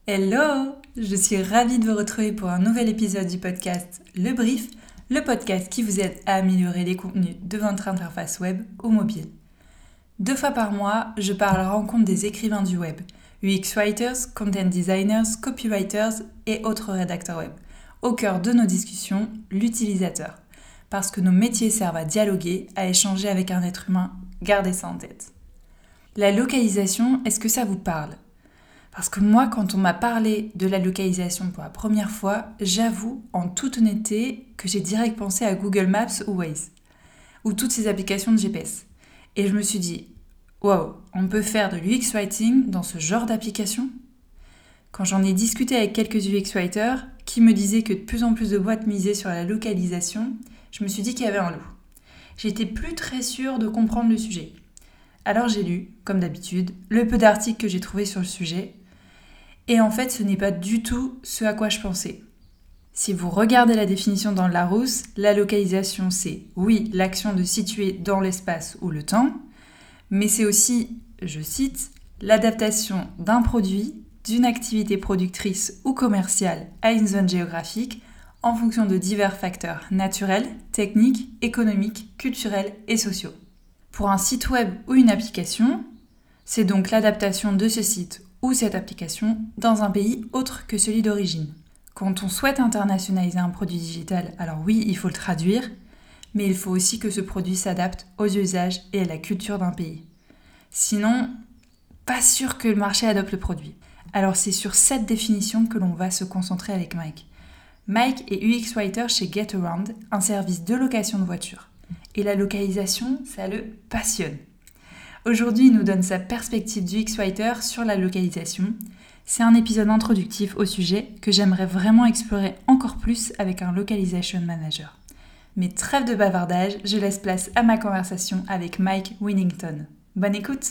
Hello! Je suis ravie de vous retrouver pour un nouvel épisode du podcast Le Brief, le podcast qui vous aide à améliorer les contenus de votre interface web ou mobile. 2 fois par mois, je pars à la rencontre des écrivains du web, UX writers, content designers, copywriters et autres rédacteurs web. Au cœur de nos discussions, l'utilisateur. Parce que nos métiers servent à dialoguer, à échanger avec un être humain, gardez ça en tête. La localisation, est-ce que ça vous parle ? Parce que moi, quand on m'a parlé de la localisation pour la première fois, j'avoue en toute honnêteté que j'ai direct pensé à Google Maps ou Waze, ou toutes ces applications de GPS. Et je me suis dit, waouh, on peut faire de l'UX Writing dans ce genre d'application ? Quand j'en ai discuté avec quelques UX writers qui me disaient que de plus en plus de boîtes misaient sur la localisation, je me suis dit qu'il y avait un loup. J'étais plus très sûre de comprendre le sujet. Alors j'ai lu, comme d'habitude, le peu d'articles que j'ai trouvés sur le sujet. Et en fait, ce n'est pas du tout ce à quoi je pensais. Si vous regardez la définition dans le Larousse, la localisation, c'est, oui, l'action de situer dans l'espace ou le temps, mais c'est aussi, je cite, l'adaptation d'un produit, d'une activité productrice ou commerciale à une zone géographique en fonction de divers facteurs naturels, techniques, économiques, culturels et sociaux. Pour un site web ou une application, c'est donc l'adaptation de ce site ou cette application dans un pays autre que celui d'origine. Quand on souhaite internationaliser un produit digital, alors oui, il faut le traduire, mais il faut aussi que ce produit s'adapte aux usages et à la culture d'un pays. Sinon, pas sûr que le marché adopte le produit. Alors c'est sur cette définition que l'on va se concentrer avec Mike. Mike est UX Writer chez Getaround, un service de location de voitures. Et la localisation, ça le passionne. Aujourd'hui, il nous donne sa perspective du UX-Writer sur la localisation. C'est un épisode introductif au sujet que j'aimerais vraiment explorer encore plus avec un Localization Manager. Mais trêve de bavardage, je laisse place à ma conversation avec Mike Winnington. Bonne écoute!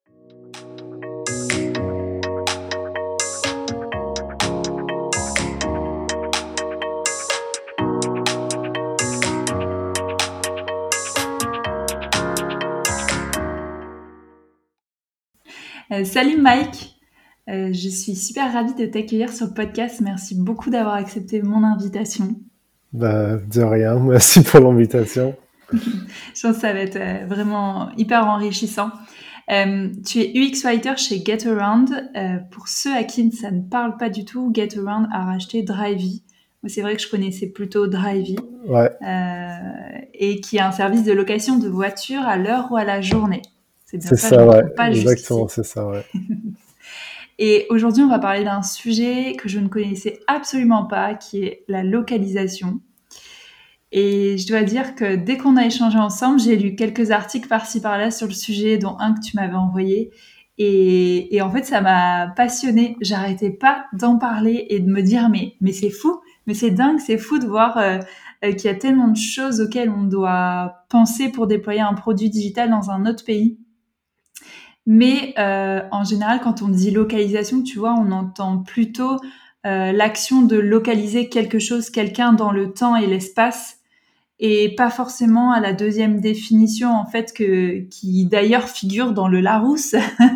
Salut Mike! Je suis super ravie de t'accueillir sur le podcast. Merci beaucoup d'avoir accepté mon invitation. De rien, merci pour l'invitation. Je pense que ça va être vraiment hyper enrichissant. Tu es UX Writer chez Getaround. Pour ceux à qui ça ne parle pas du tout, Getaround a racheté Drivey. Moi, c'est vrai que je connaissais plutôt Drivey. Ouais. Et qui est un service de location de voitures à l'heure ou à la journée. C'est bien ça, ça, je ne me ouais. trompe pas Exactement, jusqu'ici. c'est ça, ouais. Et aujourd'hui, on va parler d'un sujet que je ne connaissais absolument pas, qui est la localisation. Et je dois dire que dès qu'on a échangé ensemble, j'ai lu quelques articles par-ci par-là sur le sujet, dont un que tu m'avais envoyé. Et en fait, ça m'a passionnée. J'arrêtais pas d'en parler et de me dire, mais c'est fou, mais c'est dingue, c'est fou de voir qu'il y a tellement de choses auxquelles on doit penser pour déployer un produit digital dans un autre pays. Mais en général, quand on dit localisation, tu vois, on entend plutôt l'action de localiser quelque chose, quelqu'un dans le temps et l'espace, et pas forcément à la deuxième définition, en fait, qui d'ailleurs figure dans le Larousse.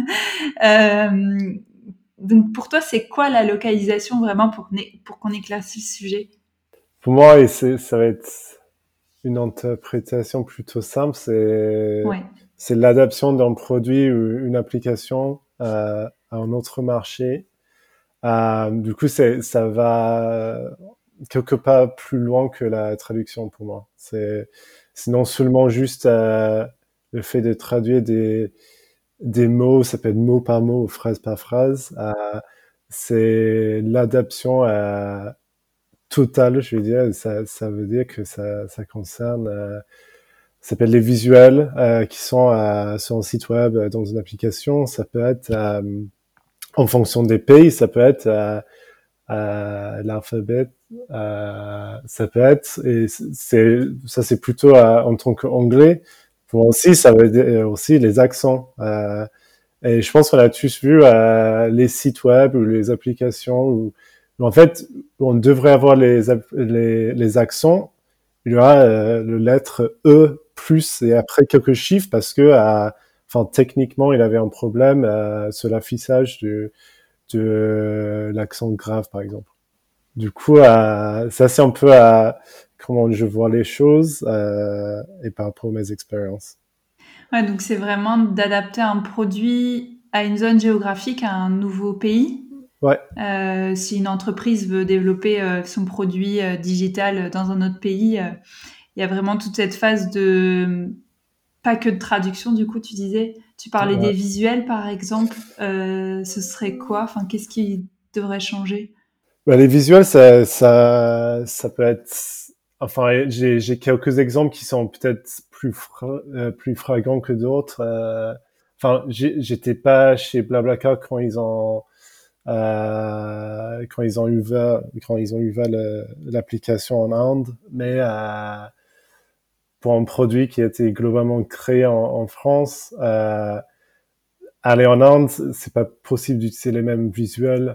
Donc pour toi, c'est quoi la localisation vraiment pour qu'on éclaircisse le sujet? Pour moi, ça va être une interprétation plutôt simple, Ouais. c'est l'adaptation d'un produit ou une application à un autre marché. Du coup, ça va quelque part plus loin que la traduction pour moi. C'est non seulement juste le fait de traduire des mots, ça peut être mot par mot ou phrase par phrase. C'est l'adaptation totale, je veux dire. Ça veut dire que ça concerne, ça s'appelle les visuels qui sont sur un site web, dans une application. Ça peut être en fonction des pays, ça peut être l'alphabet, ça peut être, et c'est plutôt en tant qu'anglais. Pour moi aussi, ça veut dire aussi les accents. Et je pense qu'on a tous vu les sites web ou les applications où en fait, on devrait avoir les accents. Il y aura le lettre E plus et après quelques chiffres parce que, enfin, techniquement, il avait un problème sur l'affichage de l'accent grave, par exemple. Du coup, ça c'est un peu comment je vois les choses et par rapport à mes expériences. Ouais, donc c'est vraiment d'adapter un produit à une zone géographique, à un nouveau pays. Ouais, Si une entreprise veut développer son produit digital dans un autre pays, il y a vraiment toute cette phase de pas que de traduction. Du coup, tu disais, tu parlais des ouais. visuels par exemple. Ce serait quoi? Enfin, qu'est-ce qui devrait changer? Bah, les visuels, ça peut être. Enfin, j'ai quelques exemples qui sont peut-être plus flagrants que d'autres. Enfin, j'étais pas chez BlaBlaCar quand ils ont ouvert l'application en Inde, mais pour un produit qui a été globalement créé en France, aller en Inde, c'est pas possible d'utiliser les mêmes visuels.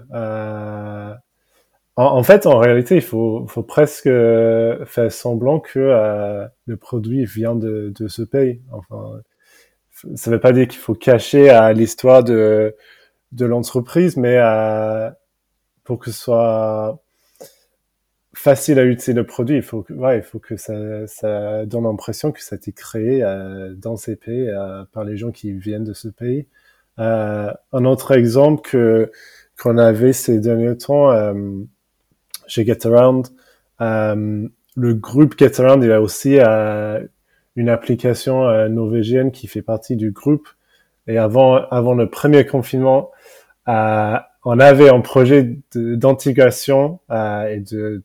En fait, en réalité, faut presque faire semblant que le produit vient de ce pays. Enfin, ça veut pas dire qu'il faut cacher l'histoire de l'entreprise, mais pour que ce soit facile à utiliser le produit, il faut que ça donne l'impression que ça a été créé dans ces pays par les gens qui viennent de ce pays. Un autre exemple qu'on avait ces derniers temps chez GetAround, le groupe GetAround, il a aussi une application norvégienne qui fait partie du groupe. Et avant le premier confinement, on avait un projet d'intégration et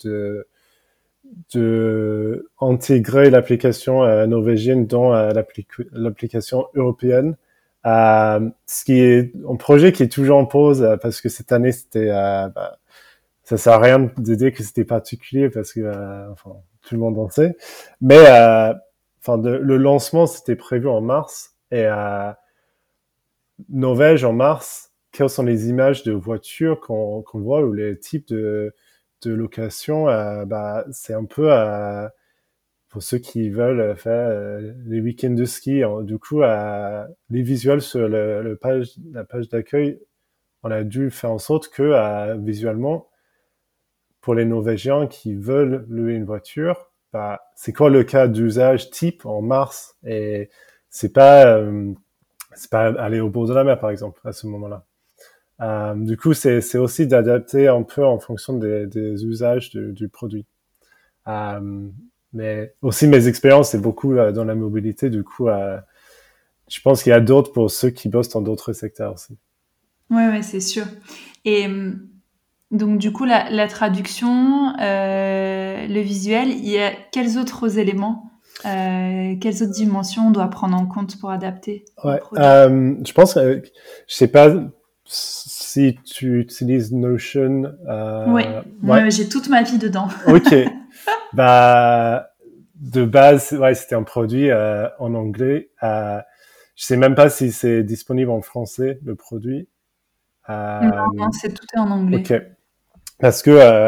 de intégrer l'application norvégienne dans l'application européenne. Ce qui est un projet qui est toujours en pause parce que cette année c'était ça sert à rien de dire que c'était particulier parce que enfin tout le monde en sait, mais enfin le lancement c'était prévu en mars et Norvège en mars, quelles sont les images de voitures qu'on voit ou les types de location, c'est un peu pour ceux qui veulent faire les week-ends de ski. Du coup, les visuels sur la page d'accueil, on a dû faire en sorte que visuellement, pour les Norvégiens qui veulent louer une voiture, c'est quoi le cas d'usage type en mars et c'est pas euh, c'est pas aller au bord de la mer, par exemple, à ce moment-là. Du coup, c'est aussi d'adapter un peu en fonction des usages du produit. Euh, mais aussi, mes expériences, c'est beaucoup dans la mobilité. Du coup, je pense qu'il y a d'autres pour ceux qui bossent dans d'autres secteurs aussi. Ouais, ouais, c'est sûr. Et donc, du coup, la traduction, le visuel, il y a quels autres éléments, quelles autres dimensions on doit prendre en compte pour adapter un Ouais, produit? je pense que je sais pas si tu utilises Notion. Oui, Ouais, ouais, j'ai toute ma vie dedans. ok. Bah, de base, ouais, c'était un produit en anglais. Je sais même pas si c'est disponible en français, le produit. Non, Euh, non, c'est tout est en anglais. ok. Parce que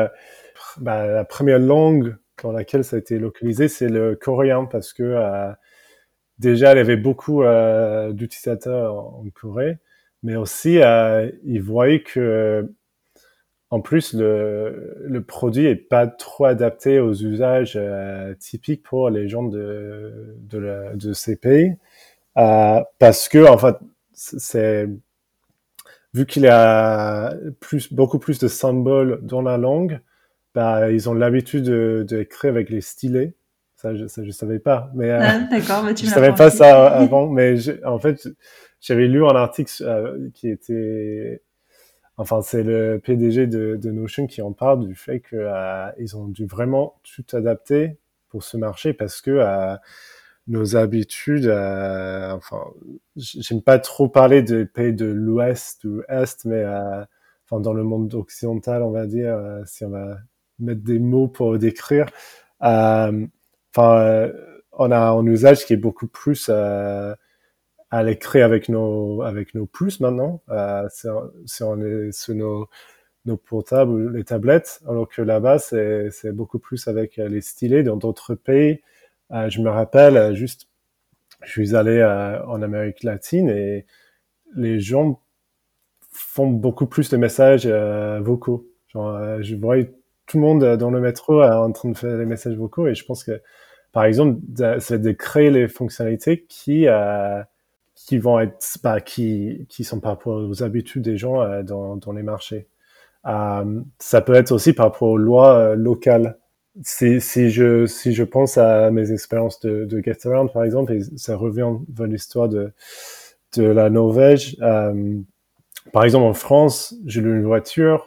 la première langue dans laquelle ça a été localisé, c'est le coréen, parce que déjà, il y avait beaucoup d'utilisateurs en Corée, mais aussi, ils voyaient que en plus, le produit est pas trop adapté aux usages typiques pour les gens de ces pays, parce que en fait, c'est vu qu'il y a beaucoup plus de symboles dans la langue, ils ont l'habitude d'écrire avec les stylets. Ça, je savais pas, mais Ah, d'accord, bah, tu je me savais l'apprends pas aussi. ça avant. Mais en fait, j'avais lu un article qui était enfin, c'est le PDG de Notion qui en parle du fait que ils ont dû vraiment tout adapter pour ce marché parce que nos habitudes, enfin, j'aime pas trop parler des pays de l'Ouest ou Est, mais enfin dans le monde occidental, on va dire, si on va mettre des mots pour décrire, enfin, on a un usage qui est beaucoup plus à l'écrire avec nos plus maintenant. Si on est sur nos portables ou les tablettes, alors que là-bas, c'est beaucoup plus avec les stylés. Dans d'autres pays, je me rappelle, je suis allé en Amérique latine et les gens font beaucoup plus de messages vocaux. Genre, je voyais tout le monde dans le métro en train de faire les messages vocaux et je pense que, par exemple, c'est de créer les fonctionnalités qui vont être, bah, qui sont par rapport aux habitudes des gens dans les marchés. Ça peut être aussi par rapport aux lois locales. Si je pense à mes expériences de Get Around, par exemple, et ça revient vers l'histoire de la Norvège. Par exemple, en France, j'ai loué une voiture.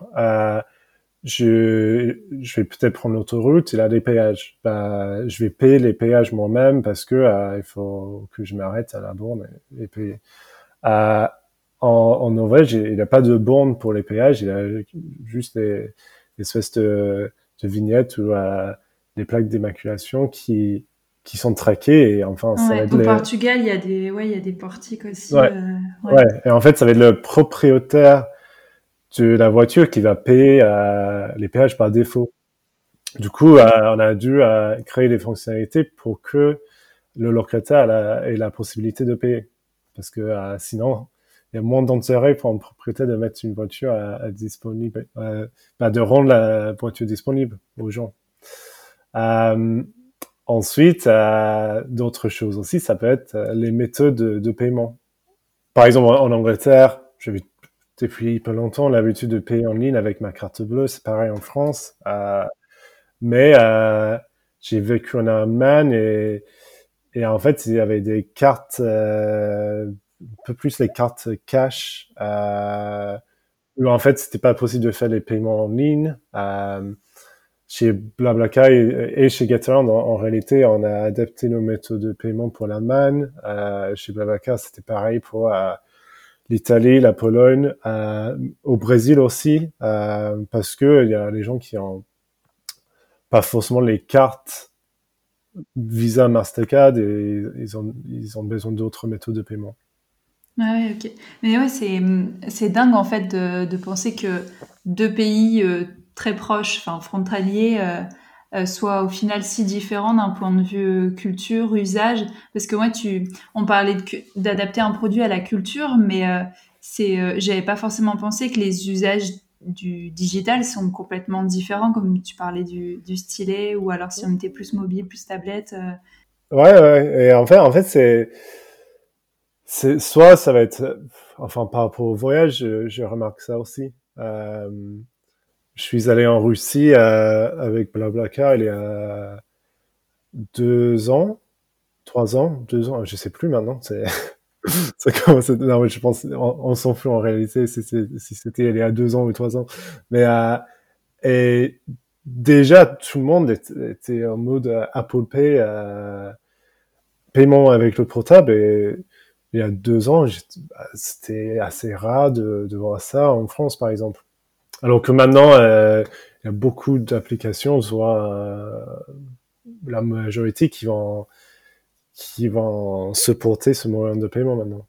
Je vais peut-être prendre l'autoroute, il a des péages. Bah, je vais payer les péages moi-même parce que il faut que je m'arrête à la borne et payer. Euh, en Norvège, il n'y a pas de borne pour les péages, il y a juste des espèces de vignettes ou des plaques d'immaculation qui sont traquées et enfin ça va Ouais, être au les Portugal, il y a des portiques aussi. ouais Ouais. ouais et en fait ça va être le propriétaire de la voiture qui va payer les péages par défaut. Du coup, on a dû créer des fonctionnalités pour que le locataire ait la possibilité de payer. Parce que sinon, il y a moins d'intérêt pour un propriétaire de mettre une voiture disponible, bah, de rendre la voiture disponible aux gens. Euh, Ensuite, d'autres choses aussi, ça peut être les méthodes de paiement. Par exemple, en Angleterre, j'avais depuis peu longtemps l'habitude de payer en ligne avec ma carte bleue. C'est pareil en France. Mais j'ai vécu en Allemagne et en fait, il y avait des cartes, un peu plus les cartes cash, où en fait, c'était pas possible de faire les paiements en ligne. Chez BlaBlaCar et chez GetAround, en réalité, on a adapté nos méthodes de paiement pour l'Allemagne. Chez BlaBlaCar, c'était pareil pour l'Italie, la Pologne, au Brésil aussi, parce que il y a les gens qui ont pas forcément les cartes Visa, Mastercard et ils ont besoin d'autres méthodes de paiement. Ah ouais, ok. Mais ouais, c'est dingue en fait de penser que deux pays très proches, enfin frontaliers, soient au final si différents d'un point de vue culture, usage. Parce que moi, on parlait d'adapter un produit à la culture, mais j'avais pas forcément pensé que les usages du digital sont complètement différents, comme tu parlais du stylet, ou alors si on était plus mobile, plus tablette. Ouais, ouais. Et en fait, soit ça va être, enfin, par rapport au voyage, je remarque ça aussi. Je suis allé en Russie avec BlaBlaCar il y a 2 ans, 3 ans, 2 ans, je sais plus maintenant. Ça commence non, mais je pense, on s'en fout en réalité si c'était il y a 2 ans ou 3 ans. Mais et déjà tout le monde était en mode Apple Pay, paiement avec le portable et il y a 2 ans, c'était assez rare de voir ça en France, par exemple. Alors que maintenant, il y a beaucoup d'applications, soit la majorité qui vont supporter ce moyen de paiement maintenant.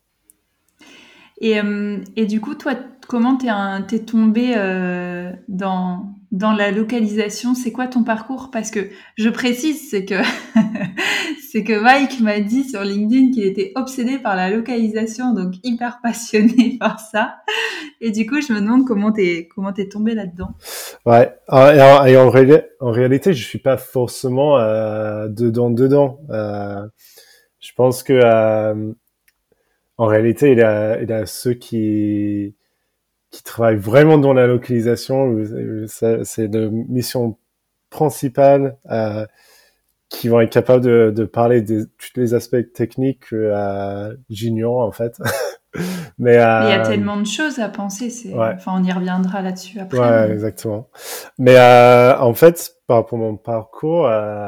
Et du coup, toi, comment t'es tombé dans la localisation? C'est quoi ton parcours? Parce que je précise, c'est que c'est que Mike m'a dit sur LinkedIn qu'il était obsédé par la localisation, donc hyper passionné par ça. Et du coup, je me demande comment t'es tombé là-dedans. Ouais. Et en réalité, je suis pas forcément dedans. Je pense que en réalité, il y a ceux qui travaillent vraiment dans la localisation. C'est de mission principale qui vont être capables de parler de tous les aspects techniques que j'ignore en fait. Mais Mais il y a tellement de choses à penser. ouais, Enfin, on y reviendra là-dessus après, ouais, mais. exactement. Mais en fait, par rapport à mon parcours,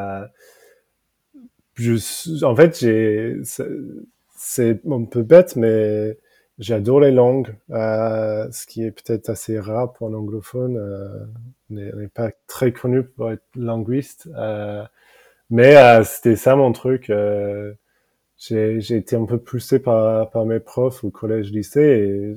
en fait, c'est un peu bête, mais j'adore les langues, ce qui est peut-être assez rare pour un anglophone. On n'est pas très connu pour être linguiste, mais c'était ça mon truc. J'ai été un peu poussé par mes profs au collège, lycée, et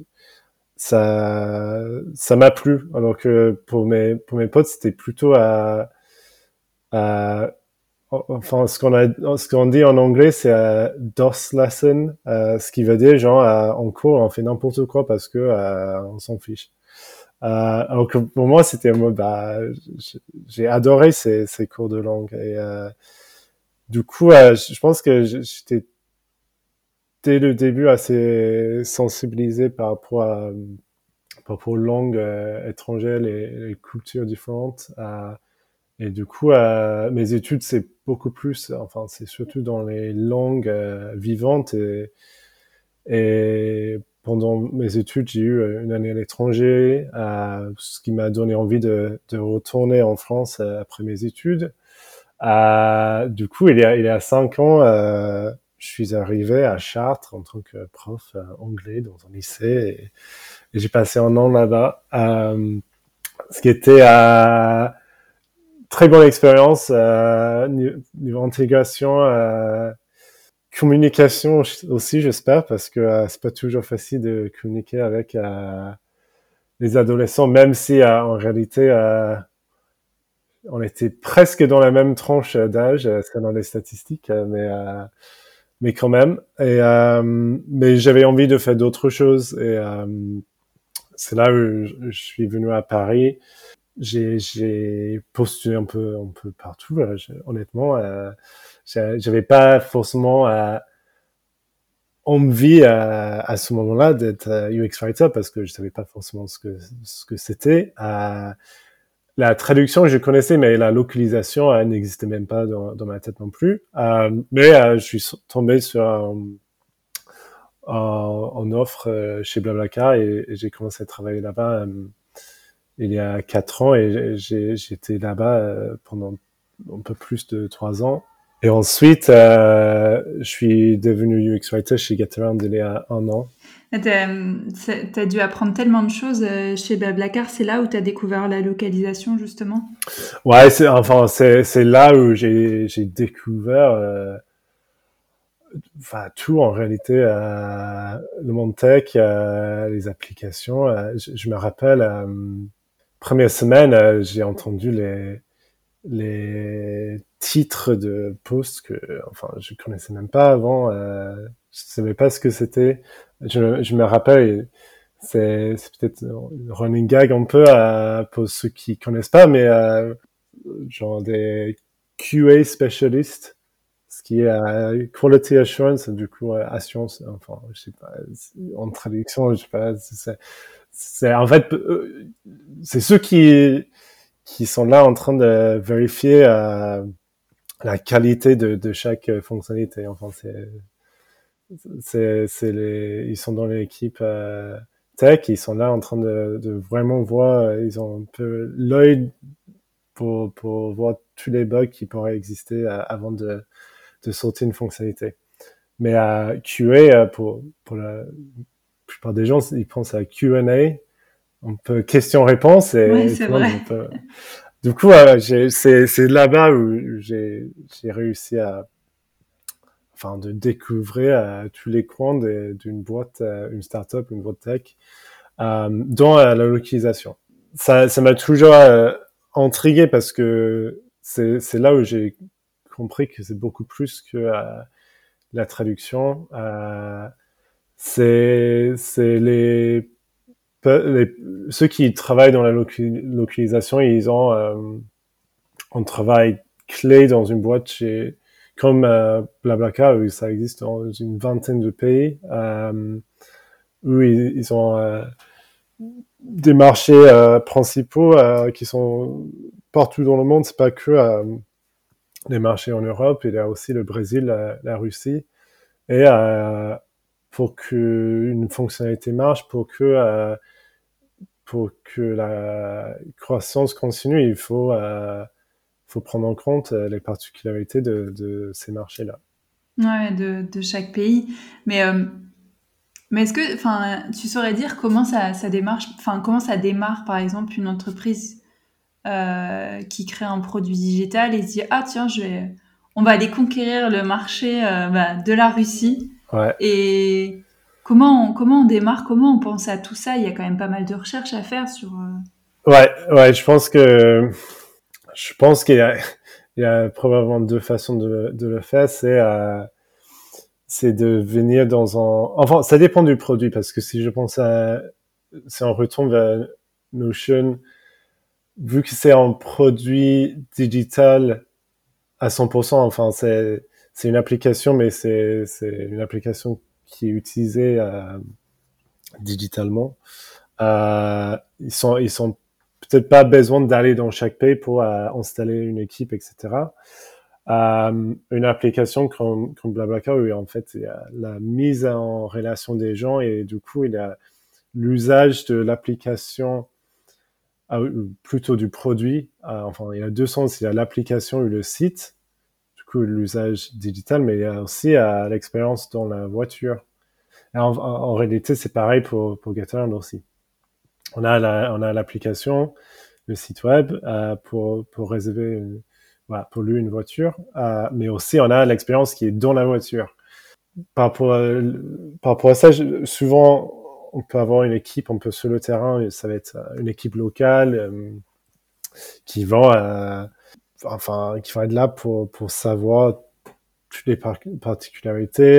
ça m'a plu. Alors que pour mes potes, c'était plutôt à enfin, ce qu'on dit en anglais, c'est DOS lesson, ce qui veut dire genre en cours on fait n'importe quoi parce que on s'en fiche. Alors que pour moi, c'était en mode, j'ai adoré ces cours de langue et du coup, je pense que j'étais dès le début assez sensibilisé par rapport aux langues étrangères, les cultures différentes. Et du coup, mes études, c'est beaucoup plus, enfin, c'est surtout dans les langues vivantes. Et pendant mes études, j'ai eu une année à l'étranger, ce qui m'a donné envie de retourner en France après mes études. Du coup, il y a 5 ans, je suis arrivé à Chartres en tant que prof anglais dans un lycée et j'ai passé un an là-bas, ce qui était très bonne expérience niveau intégration, communication aussi, j'espère, parce que c'est pas toujours facile de communiquer avec les adolescents, même si en réalité on était presque dans la même tranche d'âge, selon les statistiques, mais quand même. Mais j'avais envie de faire d'autres choses et c'est là où je suis venu à Paris. J'ai postulé un peu partout. Honnêtement, j'avais pas forcément envie à ce moment-là d'être UX writer parce que je savais pas forcément ce que c'était. La traduction, je connaissais, mais la localisation, elle n'existait même pas dans ma tête non plus. Mais je suis tombé sur en offre chez Blablacar et j'ai commencé à travailler là-bas il y a 4 ans et j'étais là-bas pendant un peu plus de 3 ans. Et ensuite, je suis devenu UX writer chez Getaround il y a 1 an. T'as dû apprendre tellement de choses chez Blablacar. C'est là où t'as découvert la localisation, justement? Ouais, c'est là où j'ai découvert tout en réalité, le monde tech, les applications. Je me rappelle, première semaine, j'ai entendu les titres de posts que, enfin, je connaissais même pas avant. Je savais pas ce que c'était. Je me rappelle, c'est peut-être un running gag un peu pour ceux qui connaissent pas, mais genre des QA specialists, ce qui est quality assurance, du coup assurance, enfin je sais pas, en traduction, je sais pas, c'est en fait c'est ceux qui sont là en train de vérifier la qualité de chaque fonctionnalité. Enfin, ils sont dans l'équipe tech, ils sont là en train de vraiment voir, ils ont un peu l'œil pour voir tous les bugs qui pourraient exister avant de sortir une fonctionnalité. Mais QA, pour la plupart des gens, ils pensent à Q&A, un peu question-réponse, Ouais, et c'est tout le monde vrai. un peu. Du coup, c'est là-bas où j'ai réussi de découvrir tous les coins d'une boîte, une startup, une boîte tech, dans la localisation. Ça m'a toujours intrigué parce que c'est là où j'ai compris que c'est beaucoup plus que la traduction. C'est ceux qui travaillent dans la localisation, ils ont un travail clé dans une boîte comme Blablacar, où ça existe dans une vingtaine de pays, où ils ont des marchés principaux qui sont partout dans le monde. C'est pas que les marchés en Europe, il y a aussi le Brésil, la Russie. Et pour qu'une fonctionnalité marche, pour que la croissance continue, il faut prendre en compte les particularités de ces marchés-là. Ouais, de chaque pays. Mais, mais est-ce que, enfin, tu saurais dire comment ça démarche, enfin, comment ça démarre, par exemple, une entreprise qui crée un produit digital et se dit, ah tiens, on va aller conquérir le marché de la Russie. Ouais, Et comment on démarre, comment on pense à tout ça? Il y a quand même pas mal de recherches à faire sur. ouais, je pense qu'il y a il y a probablement deux façons de le faire. C'est de venir dans un... Enfin, ça dépend du produit, parce que si je pense si on retombe vers Notion, vu que c'est un produit digital à 100%, enfin, c'est une application, mais c'est une application qui est utilisée digitalement. Ils sont peut-être pas besoin d'aller dans chaque pays pour installer une équipe, etc. Une application comme Blablacar, où en fait il y a la mise en relation des gens et du coup il y a l'usage de l'application, plutôt du produit. Enfin, il y a deux sens, il y a l'application ou le site, du coup l'usage digital, mais il y a aussi l'expérience dans la voiture. Et en réalité, c'est pareil pour Gatorland aussi. On a l'application, le site web pour réserver voilà, pour lui une voiture, mais aussi on a l'expérience qui est dans la voiture. Par rapport à ça, souvent on peut avoir une équipe, on peut sur le terrain, ça va être une équipe locale qui vont enfin qui vont être là pour savoir toutes les particularités,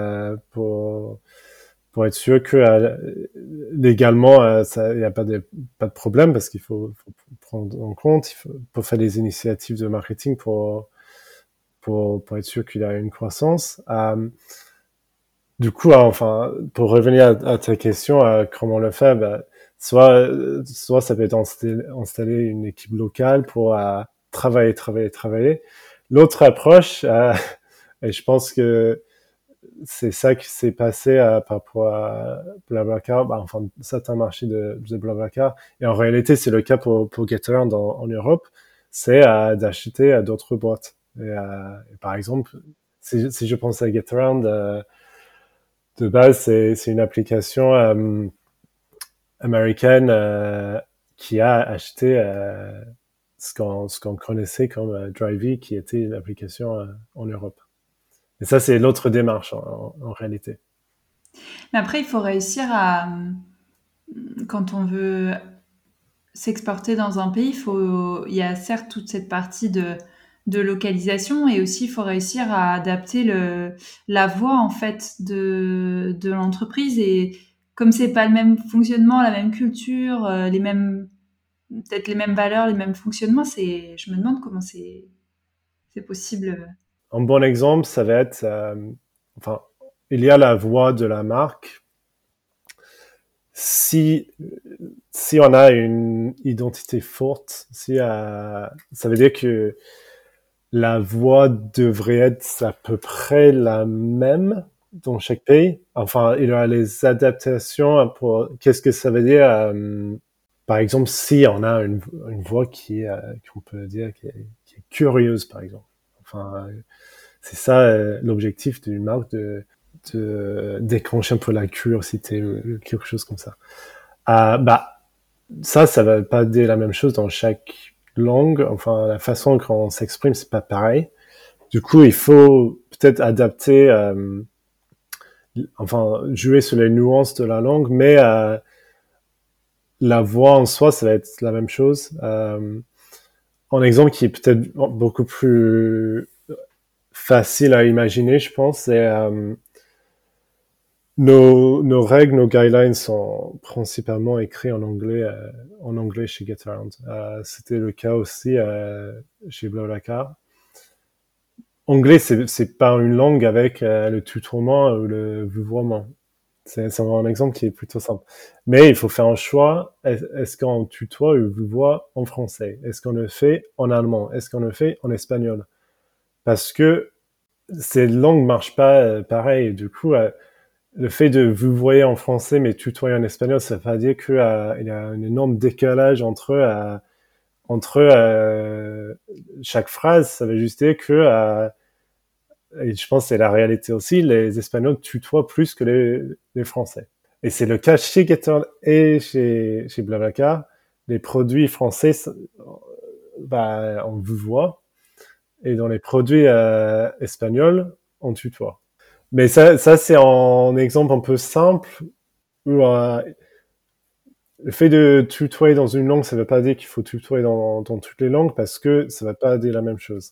pour être sûr que légalement, il n'y a pas de problème, parce qu'il faut prendre en compte, pour faire des initiatives de marketing pour être sûr qu'il y a une croissance. Du coup, enfin, pour revenir à ta question, comment le faire, bah, soit ça peut être installer une équipe locale pour travailler. L'autre approche, et je pense que c'est ça qui s'est passé par rapport à Blablacar, bah, enfin, certains marchés de Blablacar. Et en réalité, c'est le cas pour Gatorland en Europe, c'est d'acheter à d'autres boîtes. Et par exemple, si je pense à Gatorland, de base, c'est une application américaine qui a acheté ce qu'on connaissait comme Drivey, qui était une application en Europe. Et ça, c'est l'autre démarche en réalité. Mais après, il faut réussir quand on veut s'exporter dans un pays, il y a certes toute cette partie de localisation et aussi il faut réussir à adapter la voix en fait de l'entreprise et comme c'est pas le même fonctionnement, la même culture, peut-être les mêmes valeurs, les mêmes fonctionnements, je me demande comment c'est possible. Un bon exemple, ça va être, enfin, il y a la voix de la marque. Si on a une identité forte, ça veut dire que la voix devrait être à peu près la même dans chaque pays. Enfin, il y a les adaptations pour qu'est-ce que ça veut dire. Par exemple, si on a une voix qu'on peut dire qui est curieuse, par exemple. Enfin, c'est ça l'objectif d'une marque, de déclencher un peu la curiosité ou quelque chose comme ça. Bah, ça va pas dire la même chose dans chaque langue. Enfin, la façon qu'on s'exprime, c'est pas pareil. Du coup, il faut peut-être adapter, enfin, jouer sur les nuances de la langue, mais la voix en soi, ça va être la même chose. Un exemple qui est peut-être beaucoup plus facile à imaginer, je pense, c'est nos règles, nos guidelines sont principalement écrits en anglais chez Gatorland. C'était le cas aussi chez BlaBlaCar. Anglais, c'est pas une langue avec le tutoiement ou le vouvoiement. C'est un exemple qui est plutôt simple. Mais il faut faire un choix. Est-ce qu'on tutoie ou vouvoie en français? Est-ce qu'on le fait en allemand? Est-ce qu'on le fait en espagnol? Parce que ces langues marchent pas pareil. Du coup, le fait de vous voyez en français mais tutoyer en espagnol, ça veut pas dire qu'il y a un énorme décalage entre chaque phrase. Ça veut juste dire que, et je pense que c'est la réalité aussi, les Espagnols tutoient plus que les Français. Et c'est le cas chez Gatorland et chez Blablacar. Les produits français, bah, on vous voit, et dans les produits espagnols, on tutoie. Mais ça c'est un exemple un peu simple où le fait de tutoyer dans une langue, ça veut pas dire qu'il faut tutoyer dans toutes les langues parce que ça va pas dire la même chose.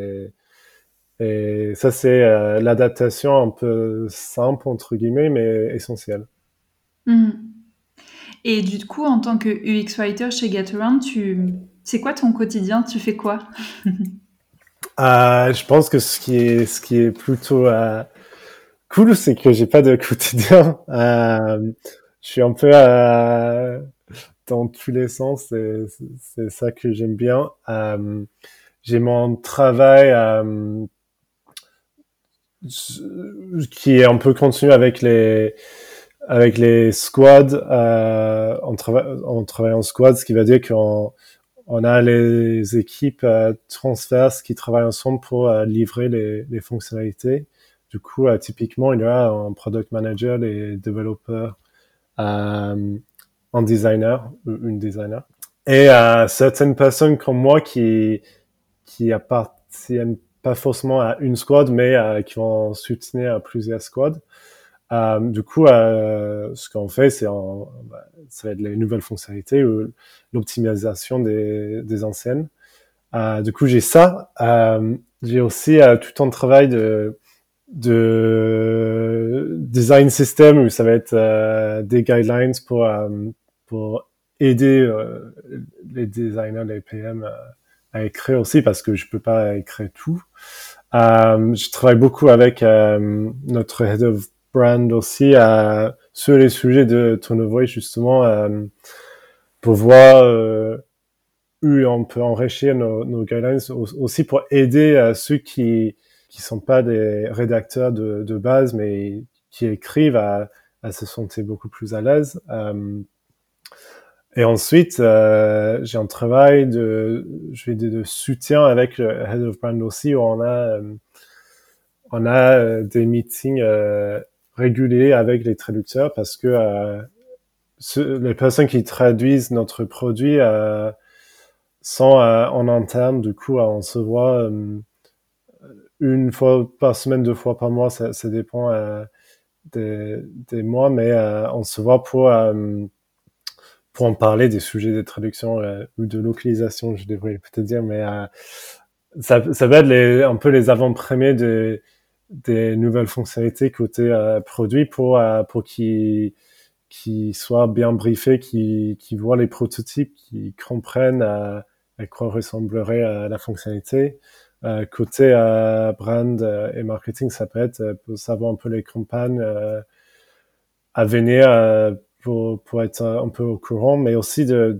Et ça, c'est l'adaptation un peu simple, entre guillemets, mais essentielle. Mhm. Et du coup, en tant que UX writer chez Getaround, c'est quoi ton quotidien? Tu fais quoi? Je pense que ce qui est plutôt cool, c'est que j'ai pas de quotidien. Je suis un peu dans tous les sens, c'est ça que j'aime bien. J'ai mon travail qui est un peu continu avec les squads. On travaille en squad, ce qui veut dire qu'on a les équipes transverses qui travaillent ensemble pour livrer les fonctionnalités. Du coup, typiquement, il y a un product manager, les développeurs, un designer ou une designer. Et certaines personnes comme moi qui appartiennent pas forcément à une squad, mais qui vont soutenir à plusieurs squads. Du coup, ce qu'on fait, ça va être les nouvelles fonctionnalités ou l'optimisation des anciennes. Du coup, j'ai ça. J'ai aussi tout un travail de design system où ça va être des guidelines pour aider les designers, les PM à écrire aussi parce que je peux pas écrire tout. Je travaille beaucoup avec notre head of brand aussi sur les sujets de tone of voice justement pour voir où on peut enrichir nos guidelines aussi pour aider ceux qui sont pas des rédacteurs de base mais qui écrivent à se sentir beaucoup plus à l'aise. Et ensuite, j'ai un travail de soutien avec le head of brand aussi où on a des meetings réguliers avec les traducteurs parce que les personnes qui traduisent notre produit sont en interne. Du coup, on se voit une fois par semaine, 2 fois par mois, ça dépend des mois, mais on se voit pour en parler des sujets de traduction ou de localisation, je devrais peut-être dire, mais ça va être un peu les avant-premiers des nouvelles fonctionnalités côté produit pour qu'ils soient bien briefés, qu'ils voient les prototypes, qu'ils comprennent à quoi ressemblerait la fonctionnalité. Côté brand et marketing, ça peut être pour savoir un peu les campagnes à venir pour être un peu au courant, mais aussi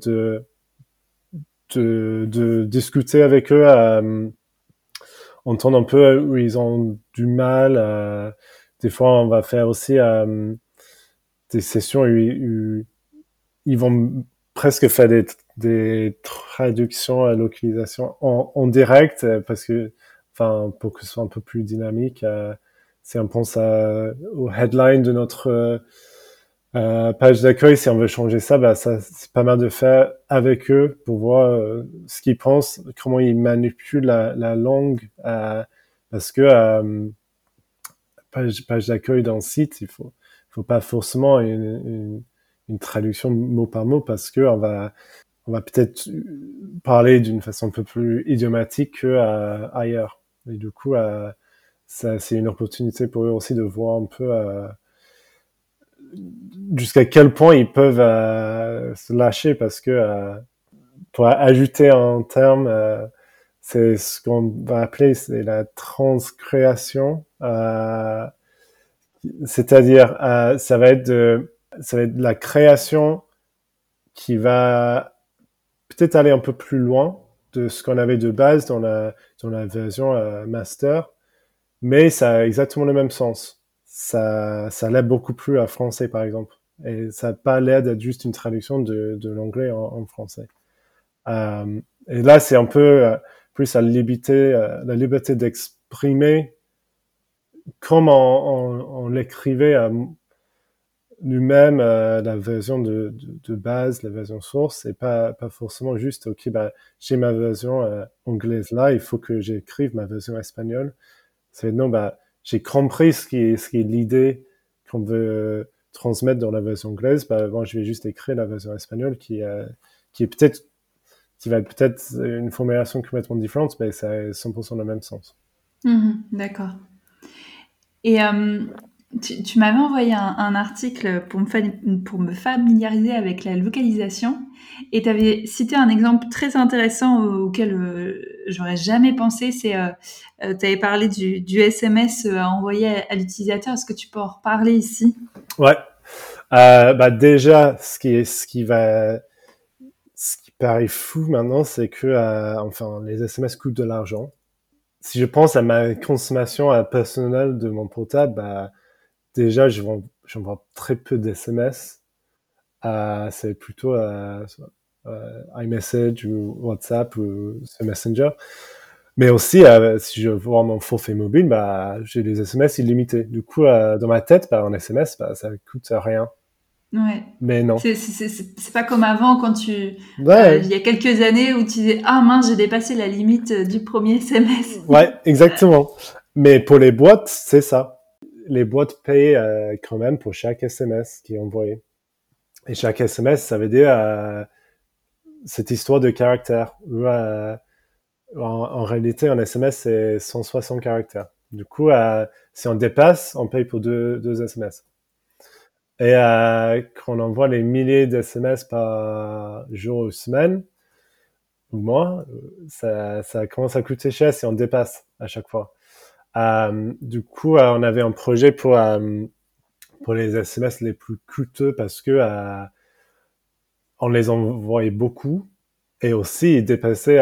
de discuter avec eux, entendre un peu où ils ont du mal. Des fois, on va faire aussi des sessions où ils vont presque faire des traductions à localisation en direct parce que, enfin, pour que ce soit un peu plus dynamique. Si on pense au headline de notre page d'accueil, si on veut changer ça, bah ça c'est pas mal de faire avec eux pour voir ce qu'ils pensent, comment ils manipulent la langue, parce que page d'accueil dans le site, il faut pas forcément une traduction mot par mot parce que on va peut-être parler d'une façon un peu plus idiomatique que ailleurs. Et du coup, ça c'est une opportunité pour eux aussi de voir un peu jusqu'à quel point ils peuvent se lâcher parce que pour ajouter un terme, c'est ce qu'on va appeler c'est la transcréation, c'est-à-dire ça va être de la création qui va peut-être aller un peu plus loin de ce qu'on avait de base dans la version master, mais ça a exactement le même sens. Ça l'aide beaucoup plus à français, par exemple. Et ça n'a pas l'air d'être juste une traduction de l'anglais en français. Et là, c'est un peu plus la liberté d'exprimer comme on l'écrivait nous-mêmes, la version de base, la version source, et pas forcément juste, ok, bah, j'ai ma version anglaise là, il faut que j'écrive ma version espagnole. C'est non, bah, j'ai compris ce qui est l'idée qu'on veut transmettre dans la version anglaise, moi, je vais juste écrire la version espagnole qui est peut-être, qui va être peut-être une formulation complètement différente, mais ça a 100% le même sens. D'accord. Et tu m'avais envoyé un article pour me familiariser avec la localisation et tu avais cité un exemple très intéressant auquel j'aurais jamais pensé. Tu avais parlé du SMS à envoyer à l'utilisateur. Est-ce que tu peux en reparler ici? Ouais. Déjà, ce qui paraît fou maintenant, c'est que les SMS coûtent de l'argent. Si je pense à ma consommation personnelle de mon portable, déjà, j'envoie très peu d'SMS. C'est plutôt iMessage ou WhatsApp ou ce Messenger. Mais aussi, si je vois mon forfait mobile, j'ai des SMS illimités. Du coup, dans ma tête, en SMS, ça coûte rien. Ouais. Mais non. C'est pas comme avant quand Ouais. il y a quelques années où tu disais ah mince j'ai dépassé la limite du premier SMS. Ouais, exactement. Mais pour les boîtes, c'est ça. Les boîtes payent quand même pour chaque SMS qui est envoyé. Et chaque SMS, ça veut dire cette histoire de caractères. En réalité, un SMS, c'est 160 caractères. Du coup, si on dépasse, on paye pour deux SMS. Et quand on envoie les milliers d'SMS par jour ou semaine, ou mois, ça commence à coûter cher si on dépasse à chaque fois. Du coup, on avait un projet pour les SMS les plus coûteux parce que on les envoyait beaucoup et aussi ils dépassaient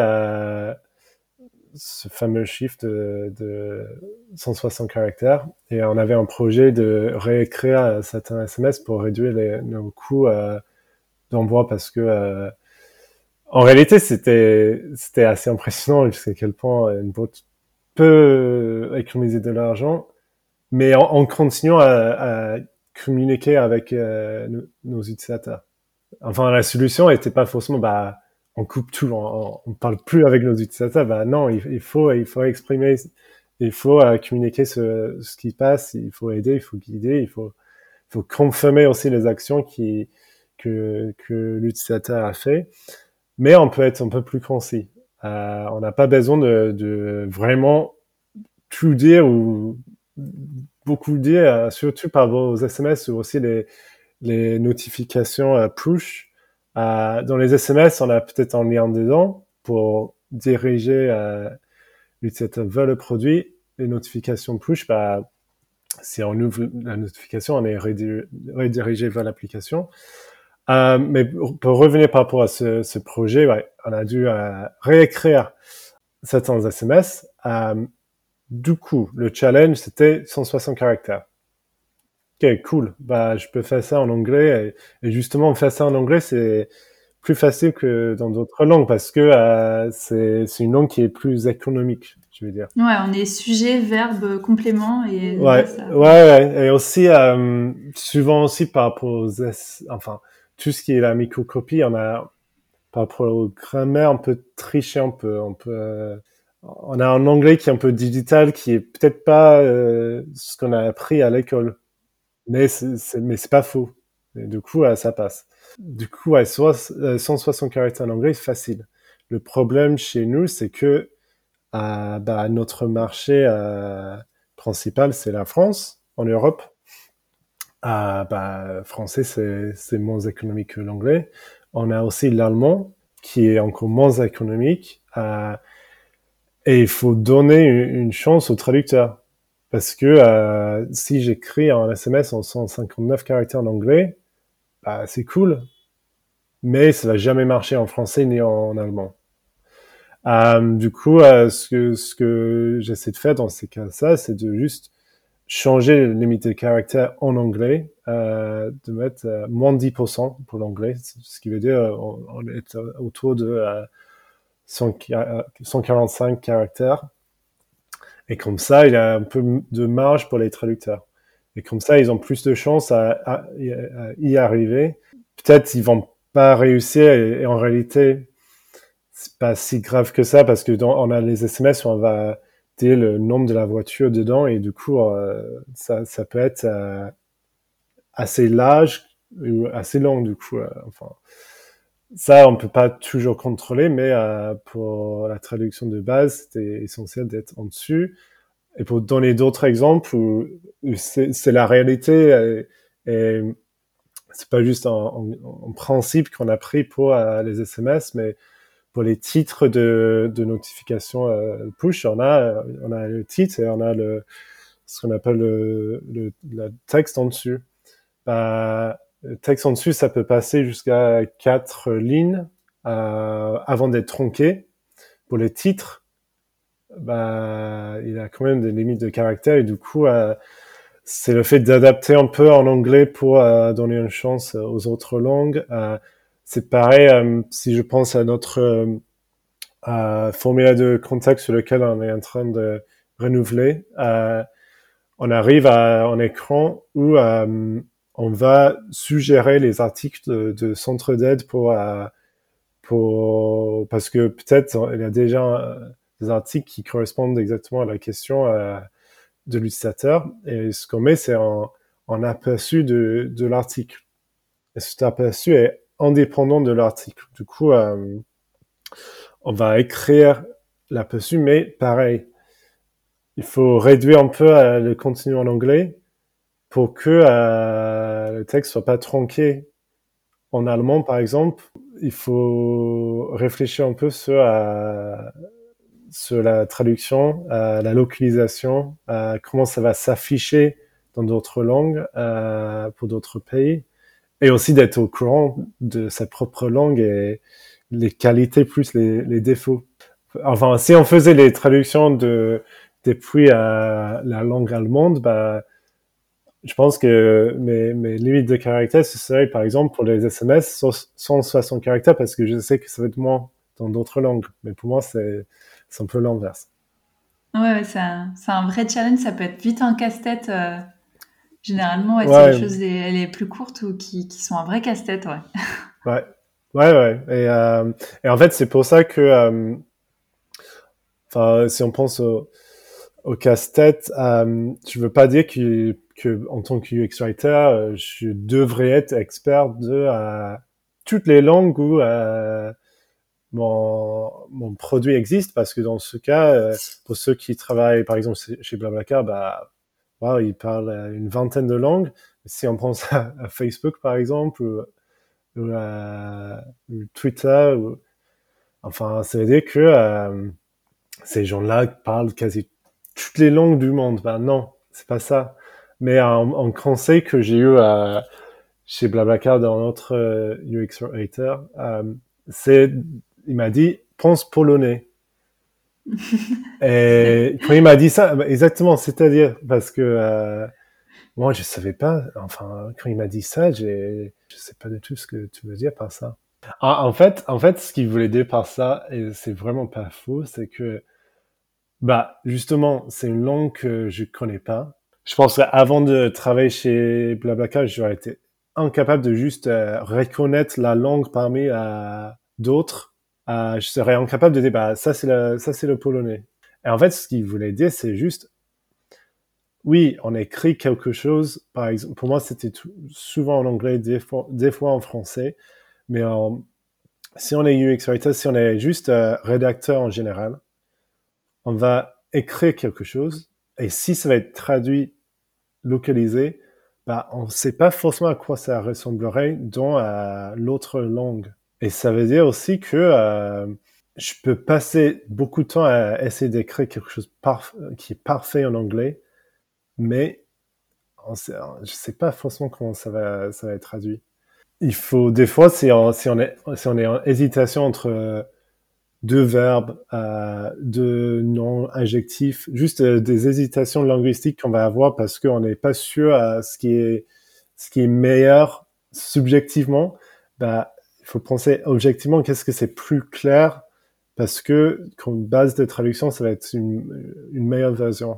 ce fameux chiffre de 160 caractères. Et on avait un projet de réécrire certains SMS pour réduire nos coûts d'envoi parce que en réalité, c'était assez impressionnant jusqu'à quel point une boîte peut économiser de l'argent, mais en continuant à communiquer avec nos utilisateurs. Enfin, la solution était pas forcément, on coupe tout, on parle plus avec nos utilisateurs. Non, il faut exprimer, il faut communiquer ce qui passe, il faut aider, il faut guider, il faut confirmer aussi les actions que l'utilisateur a fait. Mais on peut être un peu plus concis. On n'a pas besoin de vraiment tout dire ou beaucoup dire, surtout par vos SMS ou aussi les notifications push. Dans les SMS, on a peut-être un lien dedans pour diriger l'utilisateur vers le produit. Les notifications push, si on ouvre la notification, on est redirigé vers l'application. Mais pour revenir par rapport à ce projet, on a dû réécrire certains SMS. Du coup, le challenge, c'était 160 caractères. Ok, cool. Je peux faire ça en anglais. Et justement, faire ça en anglais, c'est plus facile que dans d'autres langues parce que c'est une langue qui est plus économique, je veux dire. Ouais, on est sujet, verbe, complément et Ouais, là, ça... ouais. Et aussi, souvent aussi par rapport enfin, tout ce qui est la microcopie, par rapport au grammaire, on peut tricher on a un anglais qui est un peu digital, qui est peut-être pas ce qu'on a appris à l'école. Mais c'est pas faux. Et du coup, ça passe. Du coup, 160 caractères en anglais, c'est facile. Le problème chez nous, c'est que notre marché principal, c'est la France, en Europe. Français, c'est moins économique que l'anglais. On a aussi l'allemand, qui est encore moins économique. Et il faut donner une chance au traducteur. Parce que si j'écris un SMS en 159 caractères en anglais, c'est cool, mais ça va jamais marcher en français ni en allemand. Du coup, ce que j'essaie de faire dans ces cas-là, c'est de juste changer la limite de caractères en anglais, de mettre moins de 10% pour l'anglais, ce qui veut dire on est autour de 145 caractères. Et comme ça, il y a un peu de marge pour les traducteurs. Et comme ça, ils ont plus de chances à y arriver. Peut-être ils vont pas réussir et en réalité, c'est pas si grave que ça parce que on a les SMS où on va dire le nombre de la voiture dedans et du coup, ça peut être assez large ou assez long du coup. Enfin, ça, on peut pas toujours contrôler, mais pour la traduction de base, c'était essentiel d'être en dessus. Et pour donner d'autres exemples où c'est la réalité et c'est pas juste un principe qu'on a pris pour les SMS, mais pour les titres de notification push, on a le titre et on a ce qu'on appelle le texte en dessus. Le texte en dessus, ça peut passer jusqu'à 4 lignes avant d'être tronqué. Pour les titres, il a quand même des limites de caractère et du coup, c'est le fait d'adapter un peu en anglais pour donner une chance aux autres langues. C'est pareil si je pense à notre formulaire de contact sur lequel on est en train de renouveler. On arrive à un écran où on va suggérer les articles de centre d'aide parce que peut-être il y a déjà des articles qui correspondent exactement à la question de l'utilisateur. Et ce qu'on met, c'est un aperçu de l'article. Et cet aperçu est indépendant de l'article. Du coup, on va écrire l'aperçu, mais pareil, il faut réduire un peu le contenu en anglais pour que le texte soit pas tronqué. En allemand, par exemple, il faut réfléchir un peu sur la traduction, la localisation, comment ça va s'afficher dans d'autres langues, pour d'autres pays, et aussi d'être au courant de sa propre langue et les qualités plus les défauts. Enfin, si on faisait les traductions depuis la langue allemande, je pense que mes limites de caractère, ce serait, par exemple, pour les SMS, 160 caractères, parce que je sais que ça va être moins dans d'autres langues. Mais pour moi, c'est un peu l'inverse. Ouais, c'est un vrai challenge. Ça peut être vite un casse-tête. Généralement, ouais, c'est les Ouais, choses les plus courtes ou qui sont un vrai casse-tête, ouais. ouais, ouais. Et en fait, c'est pour ça que, enfin, si on pense au casse-tête, je veux pas dire que en tant que UX writer, je devrais être expert de toutes les langues où mon produit existe, parce que dans ce cas, pour ceux qui travaillent par exemple chez Blablacar, wow, ils parlent une vingtaine de langues. Si on pense à Facebook par exemple, ou Twitter, enfin, ça veut dire que ces gens-là parlent quasi toutes les langues du monde. Ben non, c'est pas ça. Mais un conseil que j'ai eu chez Blablacar dans notre UX Writer, c'est, il m'a dit, pense polonais. Et quand il m'a dit ça, exactement, c'est-à-dire, parce que moi, je savais pas, enfin, quand il m'a dit ça, je sais pas du tout ce que tu veux dire par ça. En fait, ce qu'il voulait dire par ça, et c'est vraiment pas faux, c'est que, justement, c'est une langue que je connais pas. Je pense qu'avant de travailler chez Blablacar, j'aurais été incapable de juste reconnaître la langue parmi d'autres. Je serais incapable de dire, ça c'est le polonais. Et en fait, ce qu'il voulait dire, c'est juste, oui, on écrit quelque chose, par exemple, pour moi, c'était souvent en anglais, des fois en français, mais si on est UX writer, si on est juste rédacteur en général, on va écrire quelque chose, et si ça va être traduit, localisé, on ne sait pas forcément à quoi ça ressemblerait dans l'autre langue. Et ça veut dire aussi que je peux passer beaucoup de temps à essayer d'écrire quelque chose qui est parfait en anglais, mais je sais pas forcément comment ça va être traduit. Il faut des fois, si on est en hésitation entre deux verbes, deux noms adjectifs, juste des hésitations linguistiques qu'on va avoir parce qu'on n'est pas sûr à ce qui est meilleur subjectivement. Il faut penser objectivement qu'est-ce que c'est plus clair, parce que comme base de traduction, ça va être une meilleure version.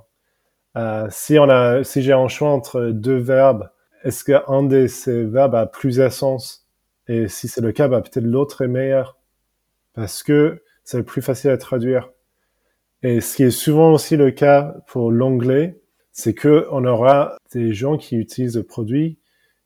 Si j'ai un choix entre deux verbes, est-ce qu'un de ces verbes a plus de sens? Et si c'est le cas, peut-être l'autre est meilleur, parce que c'est plus facile à traduire. Et ce qui est souvent aussi le cas pour l'anglais, c'est que on aura des gens qui utilisent le produit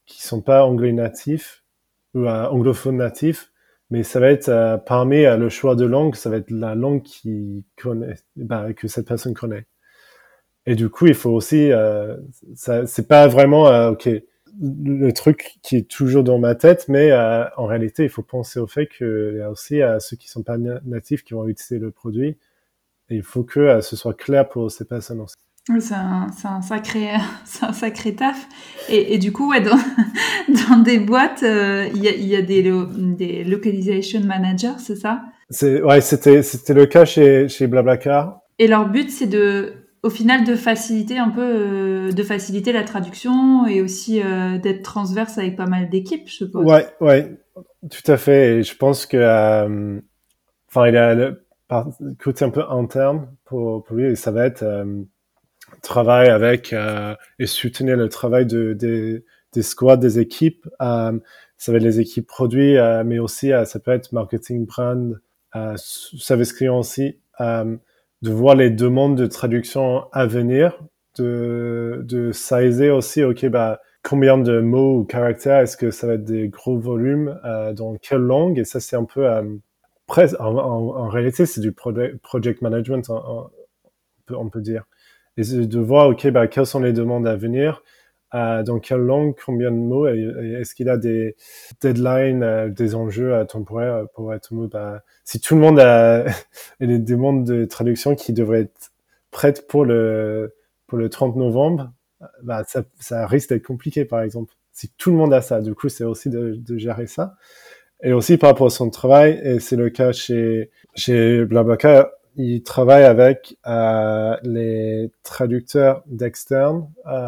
qui sont pas anglais natifs ou anglophones natifs, mais ça va être parmi le choix de langue, ça va être la langue que cette personne connaît. Et du coup, il faut aussi, c'est pas vraiment ok le truc qui est toujours dans ma tête, mais en réalité, il faut penser au fait qu'il y a aussi ceux qui sont pas natifs qui vont utiliser le produit, et il faut que ce soit clair pour ces personnes aussi. Oui, c'est un sacré taf. Et du coup, ouais, dans des boîtes, il y a des localization managers, c'est ça? C'était le cas chez Blablacar. Et leur but, c'est au final, de faciliter un peu, de faciliter la traduction et aussi d'être transverse avec pas mal d'équipes, je suppose. Ouais, tout à fait. Et je pense que, il a le côté un peu interne pour lui, et ça va être travail avec et soutenir le travail des squads, des équipes. Ça va être les équipes produits, mais aussi ça peut être marketing, brand, service client aussi. De voir les demandes de traduction à venir, de sizer aussi, ok, combien de mots ou caractères, est-ce que ça va être des gros volumes, dans quelle langue, et ça c'est un peu, presque, en réalité c'est du project management, on peut dire. Et de voir, ok, quelles sont les demandes à venir, dans quelle langue, combien de mots, et est-ce qu'il a des deadlines, des enjeux temporaires pour être mot. Si tout le monde a des demandes de traduction qui devraient être prêtes pour le 30 novembre, ça risque d'être compliqué, par exemple. Si tout le monde a ça, du coup, c'est aussi de gérer ça. Et aussi par rapport à son travail, et c'est le cas chez Blablacar, il travaille avec les traducteurs d'externes,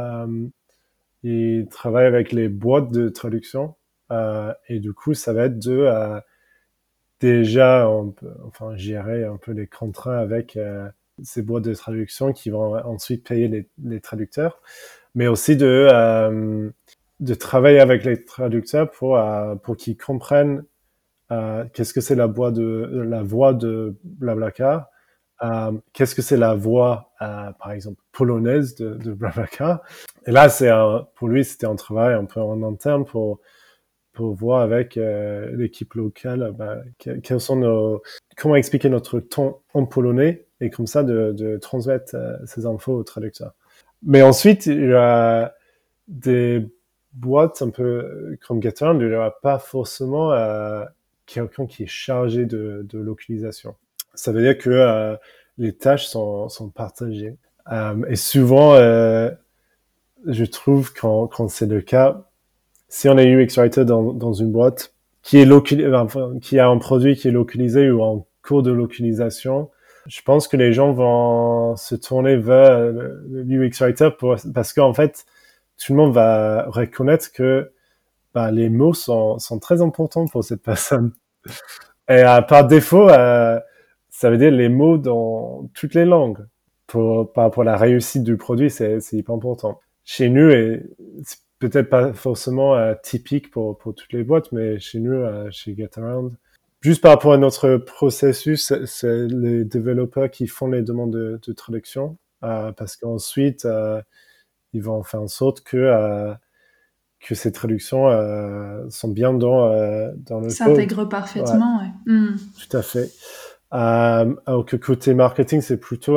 il travaille avec les boîtes de traduction, et du coup, ça va être déjà gérer un peu les contrats avec ces boîtes de traduction qui vont ensuite payer les traducteurs, mais aussi de travailler avec les traducteurs pour qu'ils comprennent qu'est-ce que c'est la voix de Blablacar, qu'est-ce que c'est la voix, par exemple, polonaise de Blablacar. Et là, pour lui, c'était un travail un peu en interne pour voir avec l'équipe locale quels sont comment expliquer notre ton en polonais, et comme ça de transmettre ces infos aux traducteurs. Mais ensuite, il y a des boîtes un peu comme Gathering, il n'y aura pas forcément quelqu'un qui est chargé de localisation. Ça veut dire que les tâches sont partagées. Et souvent, je trouve quand c'est le cas, si on est UX writer dans une boîte qui a un produit qui est localisé ou en cours de localisation, je pense que les gens vont se tourner vers le UX writer parce qu'en fait, tout le monde va reconnaître que les mots sont très importants pour cette personne. Et par défaut, ça veut dire les mots dans toutes les langues. Pour la réussite du produit, c'est hyper important. Chez nous, et c'est peut-être pas forcément typique pour toutes les boîtes, mais chez nous, chez Getaround, juste par rapport à notre processus, c'est les développeurs qui font les demandes de traduction, parce qu'ensuite, ils vont faire en sorte que ces traductions sont bien dans le code. S'intègre parfaitement, ouais. Tout à fait. Alors que côté marketing, c'est plutôt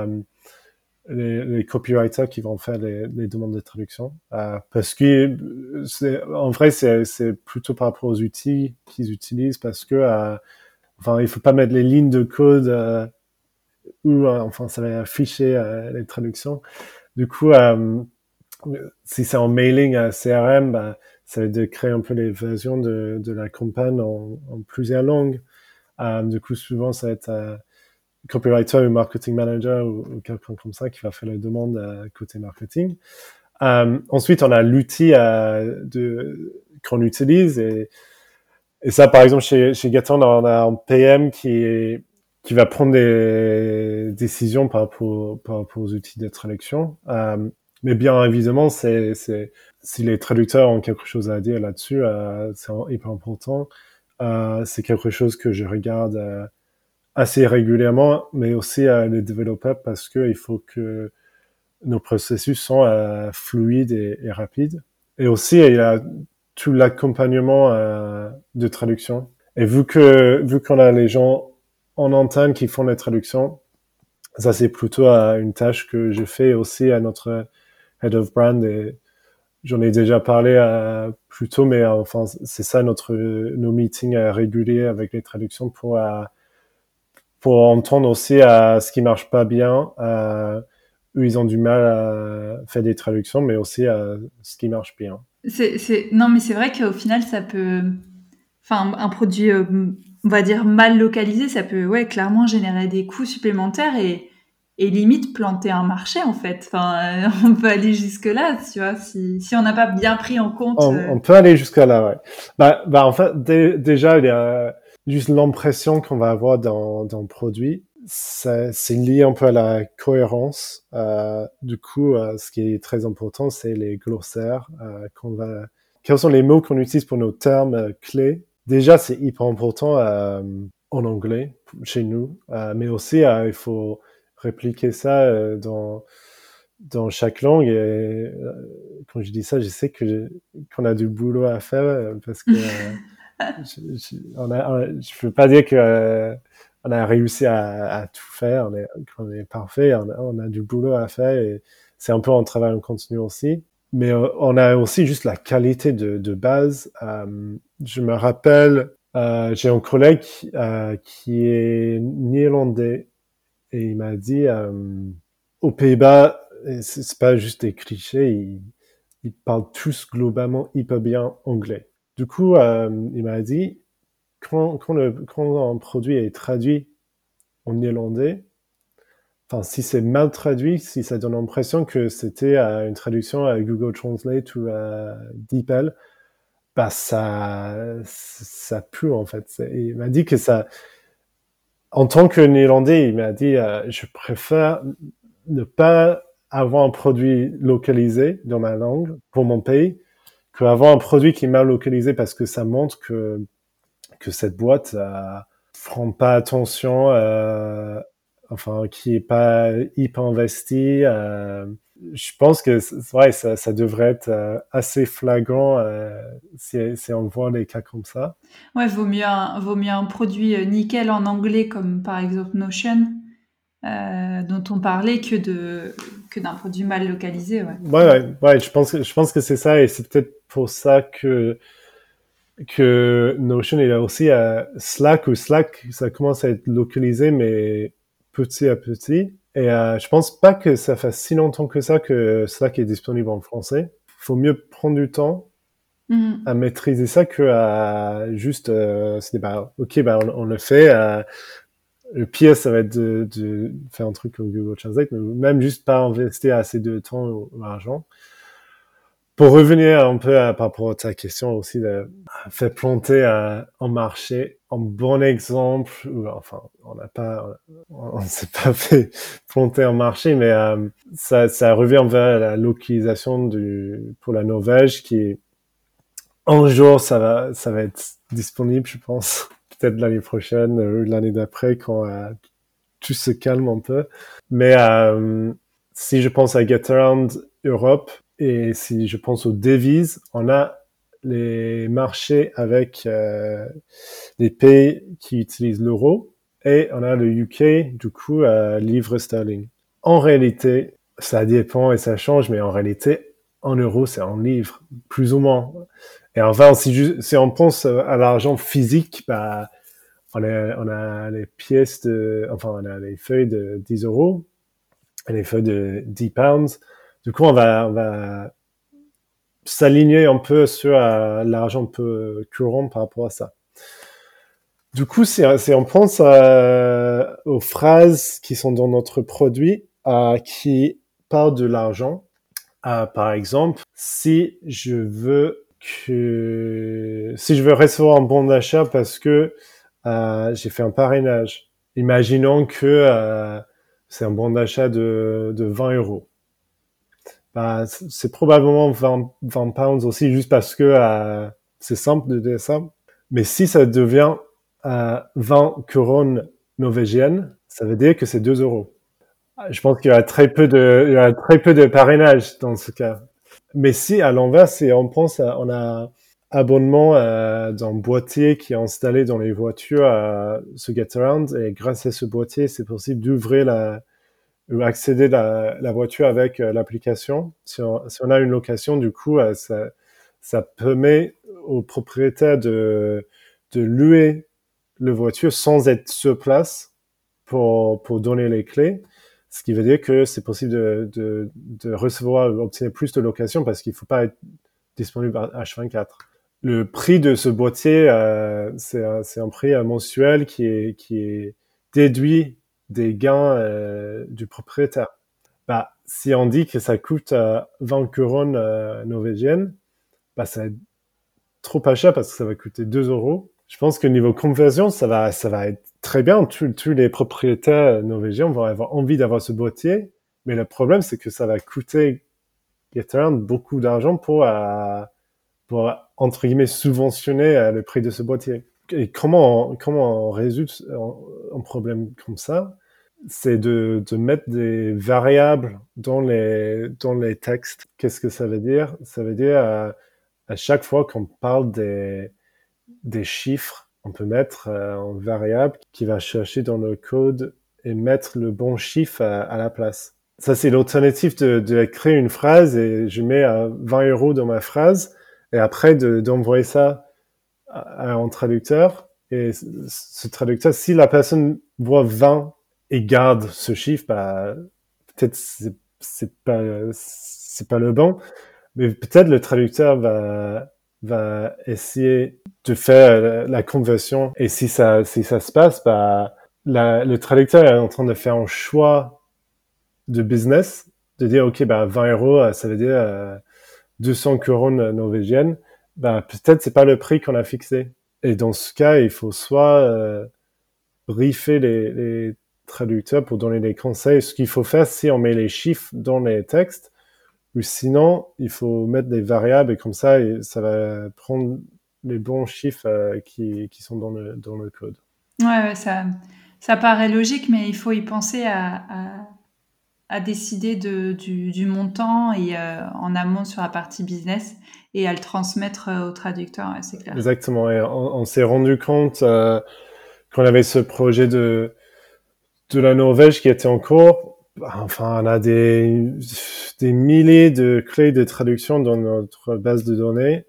les copywriters qui vont faire les demandes de traduction, parce que en vrai c'est plutôt par rapport aux outils qu'ils utilisent, parce que il faut pas mettre les lignes de code où ça va afficher les traductions. Du coup, si c'est en mailing à CRM, ça va être de créer un peu les versions de la campagne en plusieurs langues. Du coup, souvent, ça va être copywriter ou marketing manager ou quelqu'un comme ça qui va faire les demandes côté marketing. Ensuite, on a l'outil qu'on utilise, et ça, par exemple, chez Gathering, on a un PM qui va prendre des décisions par rapport aux outils de traduction. Mais bien évidemment, si les traducteurs ont quelque chose à dire là-dessus, c'est hyper important. C'est quelque chose que je regarde assez régulièrement, mais aussi les développeurs, parce que il faut que nos processus sont fluides et rapides. Et aussi, il y a tout l'accompagnement de traduction. Et vu qu'on a les gens en interne qui font les traductions, ça c'est plutôt une tâche que je fais aussi à notre Head of Brand. Et j'en ai déjà parlé plus tôt, mais enfin c'est ça nos meetings réguliers avec les traductions pour entendre aussi ce qui marche pas bien. Eux, ils ont du mal à faire des traductions, mais aussi ce qui marche bien. Non, mais c'est vrai qu'au final, ça peut... Enfin, un produit, on va dire, mal localisé, ça peut clairement générer des coûts supplémentaires et limite planter un marché, en fait. Enfin, on peut aller jusque-là, tu vois, si on n'a pas bien pris en compte... On peut aller jusqu'à là, ouais. En fait, déjà, il y a juste l'impression qu'on va avoir dans le produit. C'est lié un peu à la cohérence. Du coup, ce qui est très important, c'est les glossaires quels sont les mots qu'on utilise pour nos termes clés. Déjà, c'est hyper important en anglais chez nous, mais aussi il faut répliquer ça dans chaque langue. Et quand je dis ça, je sais qu'on a du boulot à faire parce que je peux pas dire que on a réussi à tout faire, qu'on est parfait, on a du boulot à faire et c'est un peu un travail en continu aussi. Mais on a aussi juste la qualité de base. Je me rappelle, j'ai un collègue qui est néerlandais et il m'a dit aux Pays-Bas, c'est pas juste des clichés, ils parlent tous globalement hyper bien anglais. Du coup, il m'a dit, quand un produit est traduit en néerlandais, enfin, si c'est mal traduit, si ça donne l'impression que c'était une traduction à Google Translate ou à DeepL, bah ça pue en fait. Il m'a dit que ça, en tant que néerlandais, il m'a dit, je préfère ne pas avoir un produit localisé dans ma langue pour mon pays qu'avoir un produit qui est mal localisé parce que ça montre que cette boîte prend pas attention, enfin qui est pas hyper investie. Je pense que ça devrait être assez flagrant si on voit des cas comme ça. Ouais, vaut mieux un produit nickel en anglais, comme par exemple Notion, dont on parlait, que d'un produit mal localisé, ouais. Ouais, je pense que c'est ça et c'est peut-être pour ça que Notion il a aussi Slack ou Slack ça commence à être localisé mais petit à petit et je pense pas que ça fasse si longtemps que ça que Slack est disponible en français. Faut mieux prendre du temps à maîtriser ça que à juste on le fait. Le pire ça va être de faire un truc comme Google Translate mais même juste pas investir assez de temps ou d'argent. Pour revenir un peu par rapport à ta question aussi de faire planter un marché, un bon exemple, ou enfin on s'est pas fait planter un marché, mais ça revient vers la localisation pour la Norvège qui un jour ça va être disponible, je pense, peut-être l'année prochaine ou l'année d'après quand tout se calme un peu. Mais si je pense à Getaround Europe, et si je pense aux devises, on a les marchés avec les pays qui utilisent l'euro et on a le UK, du coup, livre sterling. En réalité, ça dépend et ça change, mais en réalité, en euros, c'est en livres, plus ou moins. Et enfin, si on pense à l'argent physique, bah, on a les on a les feuilles de 10 euros et les feuilles de 10 pounds. Du coup, on va s'aligner un peu sur l'argent un peu courant par rapport à ça. Du coup, si on pense aux phrases qui sont dans notre produit, qui parlent de l'argent, par exemple, si je veux recevoir un bon d'achat parce que j'ai fait un parrainage, imaginons que c'est un bon d'achat de 20 euros. Bah, c'est probablement 20 pounds aussi, juste parce que c'est simple de dire ça. Mais si ça devient 20 couronnes norvégiennes, ça veut dire que c'est 2 euros. Je pense qu'il y a très peu de parrainage dans ce cas. Mais si, à l'inverse, si on pense, on a abonnement d'un boîtier qui est installé dans les voitures ce Getaround, et grâce à ce boîtier, c'est possible d'ouvrir ou accéder la voiture avec l'application. Si on a une location, du coup, ça permet au propriétaire de louer la voiture sans être sur place pour donner les clés. Ce qui veut dire que c'est possible de recevoir ou obtenir plus de locations parce qu'il ne faut pas être disponible à H24. Le prix de ce boîtier, c'est un prix mensuel qui est déduit des gains du propriétaire. Bah, si on dit que ça coûte 20 couronnes norvégiennes, bah, ça va être trop pas cher parce que ça va coûter 2 euros. Je pense que niveau conversion, ça va être très bien. Tous les propriétaires norvégiens vont avoir envie d'avoir ce boîtier. Mais le problème, c'est que ça va coûter Getaround beaucoup d'argent pour, entre guillemets, subventionner le prix de ce boîtier. Et comment on résout un problème comme ça? C'est de mettre des variables dans les textes. Qu'est-ce que ça veut dire? Ça veut dire à chaque fois qu'on parle des chiffres, on peut mettre une variable qui va chercher dans le code et mettre le bon chiffre à la place. Ça, c'est l'alternative de créer une phrase et je mets 20 euros dans ma phrase et après d'envoyer ça à un traducteur. Et ce traducteur, si la personne voit 20 et garde ce chiffre, bah, peut-être c'est pas le bon, mais peut-être le traducteur va essayer de faire la conversion. Et si ça se passe, bah, le traducteur est en train de faire un choix de business, de dire, OK, bah, 20 euros, ça veut dire 200 couronnes norvégiennes. Bah, peut-être c'est pas le prix qu'on a fixé. Et dans ce cas, il faut soit briefer les traducteurs pour donner des conseils. Ce qu'il faut faire, si on met les chiffres dans les textes, ou sinon, il faut mettre des variables et comme ça, ça va prendre les bons chiffres qui sont dans le code. Ouais, ça paraît logique, mais il faut y penser à décider du montant et en amont sur la partie business et à le transmettre au traducteur, ouais, c'est clair. Exactement. Et on s'est rendu compte qu'on avait ce projet de la Norvège qui était en cours. Enfin, on a des milliers de clés de traduction dans notre base de données.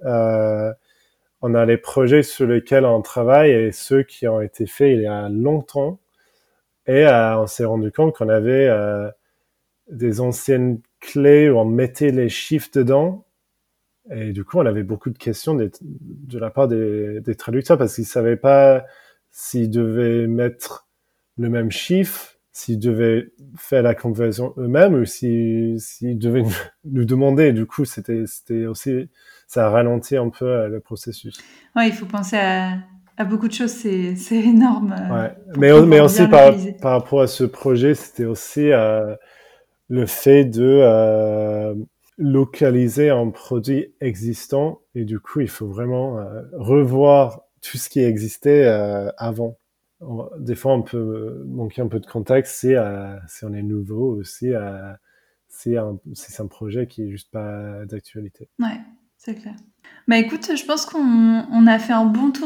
On a les projets sur lesquels on travaille et ceux qui ont été faits il y a longtemps. Et on s'est rendu compte qu'on avait des anciennes clés où on mettait les chiffres dedans. Et du coup, on avait beaucoup de questions de la part des traducteurs parce qu'ils savaient pas s'ils devaient mettre le même chiffre, s'ils devaient faire la conversion eux-mêmes ou s'ils devaient nous demander. Et du coup, c'était aussi, ça a ralenti un peu le processus. Ouais, il faut penser à beaucoup de choses, c'est énorme. Ouais. Mais aussi par rapport à ce projet, c'était aussi le fait de localiser un produit existant et du coup, il faut vraiment revoir tout ce qui existait avant. Des fois, on peut manquer un peu de contexte si on est nouveau ou si c'est un projet qui est juste pas d'actualité. Ouais, c'est clair. Bah écoute, je pense qu'on a fait un bon tour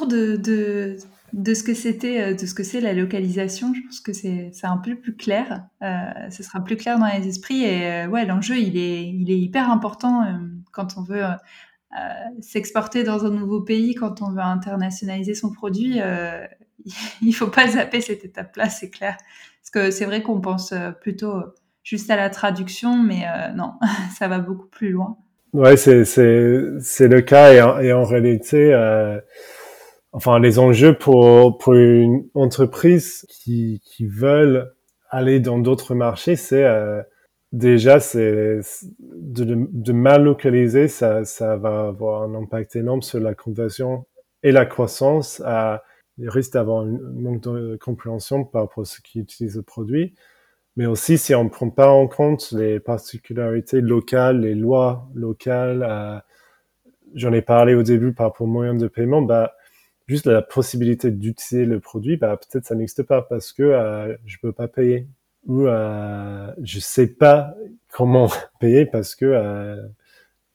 de ce que c'était, de ce que c'est la localisation. Je pense que c'est un peu plus clair. Ce sera plus clair dans les esprits et ouais, l'enjeu il est hyper important quand on veut s'exporter dans un nouveau pays, quand on veut internationaliser son produit. Il faut pas zapper cette étape-là, c'est clair. Parce que c'est vrai qu'on pense plutôt juste à la traduction, mais non, ça va beaucoup plus loin. Ouais, c'est le cas et en réalité, enfin les enjeux pour une entreprise qui veulent aller dans d'autres marchés, c'est déjà c'est de mal localiser, ça va avoir un impact énorme sur la conversion et la croissance. Il risque d'avoir un manque de compréhension par rapport à ceux qui utilisent le produit. Mais aussi, si on ne prend pas en compte les particularités locales, les lois locales, j'en ai parlé au début par rapport aux moyens de paiement, bah, juste la possibilité d'utiliser le produit, bah, peut-être ça n'existe pas parce que je peux pas payer ou je sais pas comment payer parce que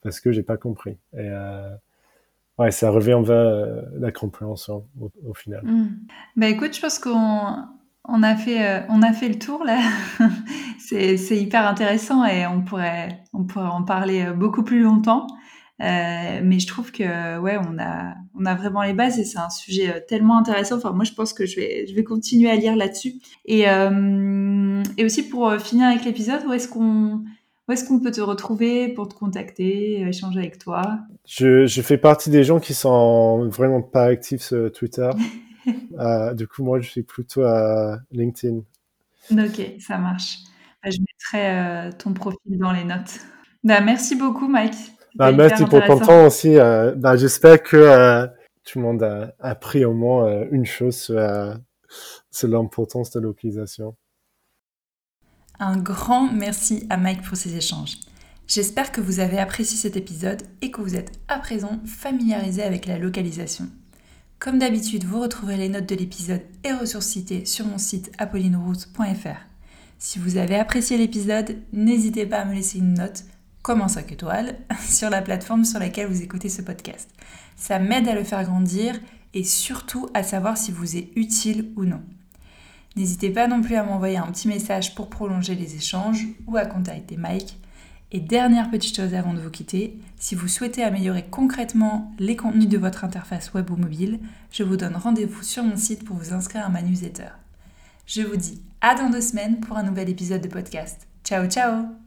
parce que j'ai pas compris. Et ouais, ça revient vers la compréhension au final. Bah écoute, je pense qu'on a fait le tour là. C'est hyper intéressant et on pourrait en parler beaucoup plus longtemps. Mais je trouve que ouais, on a vraiment les bases et c'est un sujet tellement intéressant. Enfin, moi, je pense que je vais continuer à lire là-dessus. Et aussi pour finir avec l'épisode, où est-ce qu'on peut te retrouver pour te contacter, échanger avec toi? Je fais partie des gens qui sont vraiment pas actifs sur Twitter. Du coup, moi, je suis plutôt à LinkedIn. Ok, ça marche. Bah, je mettrai ton profil dans les notes. Bah, merci beaucoup, Mike. Bah, C'était hyper merci pour ton intéressant. temps aussi. Bah, j'espère que tout le monde a appris au moins une chose sur l'importance de localisation. Un grand merci à Mike pour ces échanges. J'espère que vous avez apprécié cet épisode et que vous êtes à présent familiarisé avec la localisation. Comme d'habitude, vous retrouverez les notes de l'épisode et ressources citées sur mon site apollineroute.fr. Si vous avez apprécié l'épisode, n'hésitez pas à me laisser une note, comme un 5 étoiles, sur la plateforme sur laquelle vous écoutez ce podcast. Ça m'aide à le faire grandir et surtout à savoir si vous est utile ou non. N'hésitez pas non plus à m'envoyer un petit message pour prolonger les échanges ou à contacter Mike. Et dernière petite chose avant de vous quitter, si vous souhaitez améliorer concrètement les contenus de votre interface web ou mobile, je vous donne rendez-vous sur mon site pour vous inscrire à ma newsletter. Je vous dis à dans 2 semaines pour un nouvel épisode de podcast. Ciao ciao!